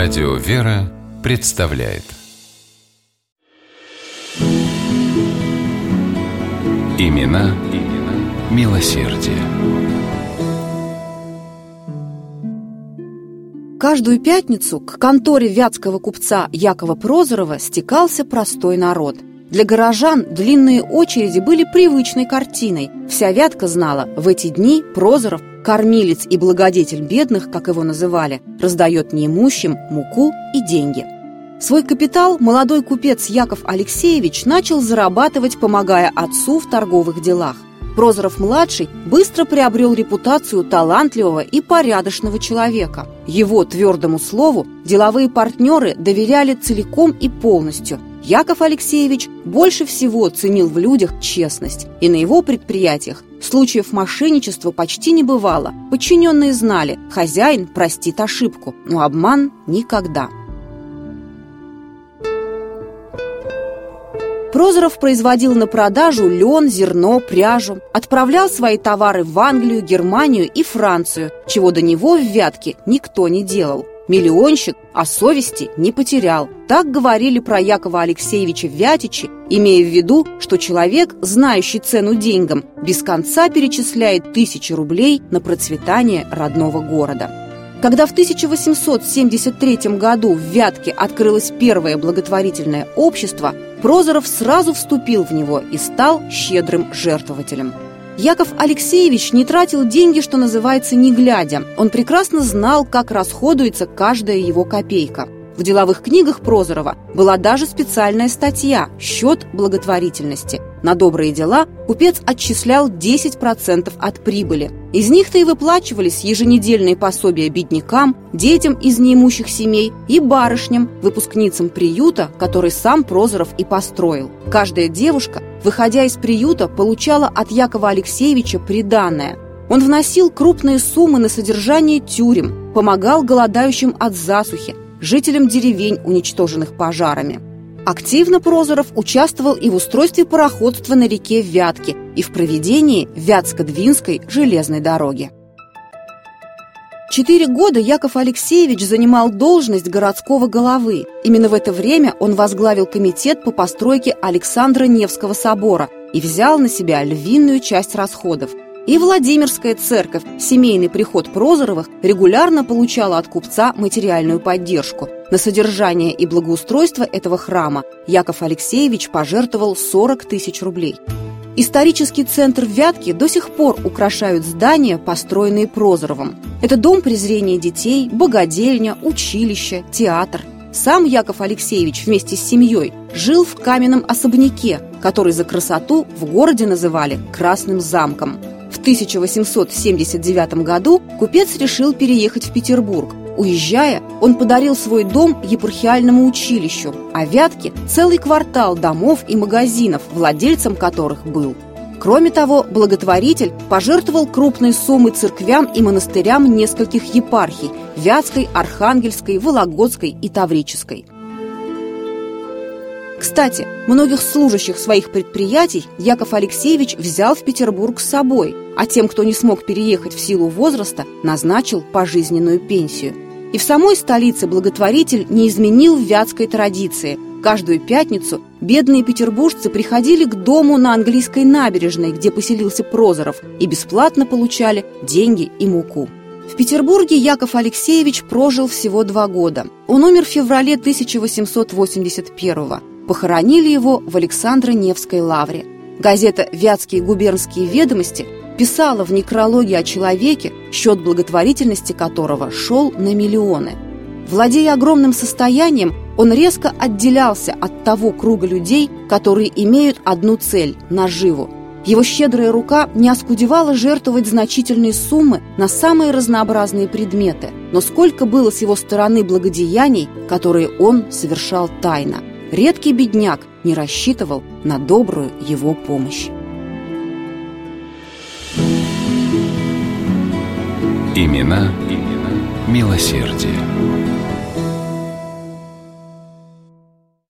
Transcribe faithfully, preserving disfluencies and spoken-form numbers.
Радио «Вера» представляет Имена, имена милосердия. Каждую пятницу к конторе вятского купца Якова Прозорова стекался простой народ. Для горожан длинные очереди были привычной картиной. Вся Вятка знала, в эти дни Прозоров, кормилец и благодетель бедных, как его называли, раздает неимущим муку и деньги. Свой капитал молодой купец Яков Алексеевич начал зарабатывать, помогая отцу в торговых делах. Прозоров-младший быстро приобрел репутацию талантливого и порядочного человека. Его твердому слову деловые партнеры доверяли целиком и полностью. Яков Алексеевич больше всего ценил в людях честность, и на его предприятиях случаев мошенничества почти не бывало. Подчиненные знали, хозяин простит ошибку, но обман никогда. Прозоров производил на продажу лен, зерно, пряжу, отправлял свои товары в Англию, Германию и Францию, чего до него в Вятке никто не делал. Миллионщик, а совести не потерял. Так говорили про Якова Алексеевича вятичи, имея в виду, что человек, знающий цену деньгам, без конца перечисляет тысячи рублей на процветание родного города. Когда в тысяча восемьсот семьдесят третьем году в Вятке открылось первое благотворительное общество, Прозоров сразу вступил в него и стал щедрым жертвователем. Яков Алексеевич не тратил деньги, что называется, не глядя. Он прекрасно знал, как расходуется каждая его копейка. В деловых книгах Прозорова была даже специальная статья «Счет благотворительности». На добрые дела купец отчислял десять процентов от прибыли. Из них-то и выплачивались еженедельные пособия беднякам, детям из неимущих семей и барышням, выпускницам приюта, который сам Прозоров и построил. Каждая девушка, выходя из приюта, получала от Якова Алексеевича приданое. Он вносил крупные суммы на содержание тюрем, помогал голодающим от засухи, жителям деревень, уничтоженных пожарами. Активно Прозоров участвовал и в устройстве пароходства на реке Вятке, и в проведении Вятско-Двинской железной дороги. Четыре года Яков Алексеевич занимал должность городского головы. Именно в это время он возглавил комитет по постройке Александра Невского собора и взял на себя львиную часть расходов. И Владимирская церковь, семейный приход Прозоровых, регулярно получала от купца материальную поддержку. На содержание и благоустройство этого храма Яков Алексеевич пожертвовал сорок тысяч рублей. Исторический центр Вятки до сих пор украшают здания, построенные Прозоровым. Это дом презрения детей, богадельня, училище, театр. Сам Яков Алексеевич вместе с семьей жил в каменном особняке, который за красоту в городе называли Красным замком. В тысяча восемьсот семьдесят девятом году купец решил переехать в Петербург. Уезжая, он подарил свой дом епархиальному училищу, а Вятке целый квартал домов и магазинов, владельцем которых был. Кроме того, благотворитель пожертвовал крупные суммы церквям и монастырям нескольких епархий – Вятской, Архангельской, Вологодской и Таврической. Кстати, многих служащих своих предприятий Яков Алексеевич взял в Петербург с собой, а тем, кто не смог переехать в силу возраста, назначил пожизненную пенсию. И в самой столице благотворитель не изменил вятской традиции. Каждую пятницу бедные петербуржцы приходили к дому на Английской набережной, где поселился Прозоров, и бесплатно получали деньги и муку. В Петербурге Яков Алексеевич прожил всего два года. Он умер в феврале тысяча восемьсот восемьдесят первого. Похоронили его в Александро-Невской лавре. Газета «Вятские губернские ведомости» писала в некрологе о человеке, счет благотворительности которого шел на миллионы. Владея огромным состоянием, он резко отделялся от того круга людей, которые имеют одну цель – наживу. Его щедрая рука не оскудевала жертвовать значительные суммы на самые разнообразные предметы, но сколько было с его стороны благодеяний, которые он совершал тайно. Редкий бедняк не рассчитывал на добрую его помощь. Имена, имена милосердия.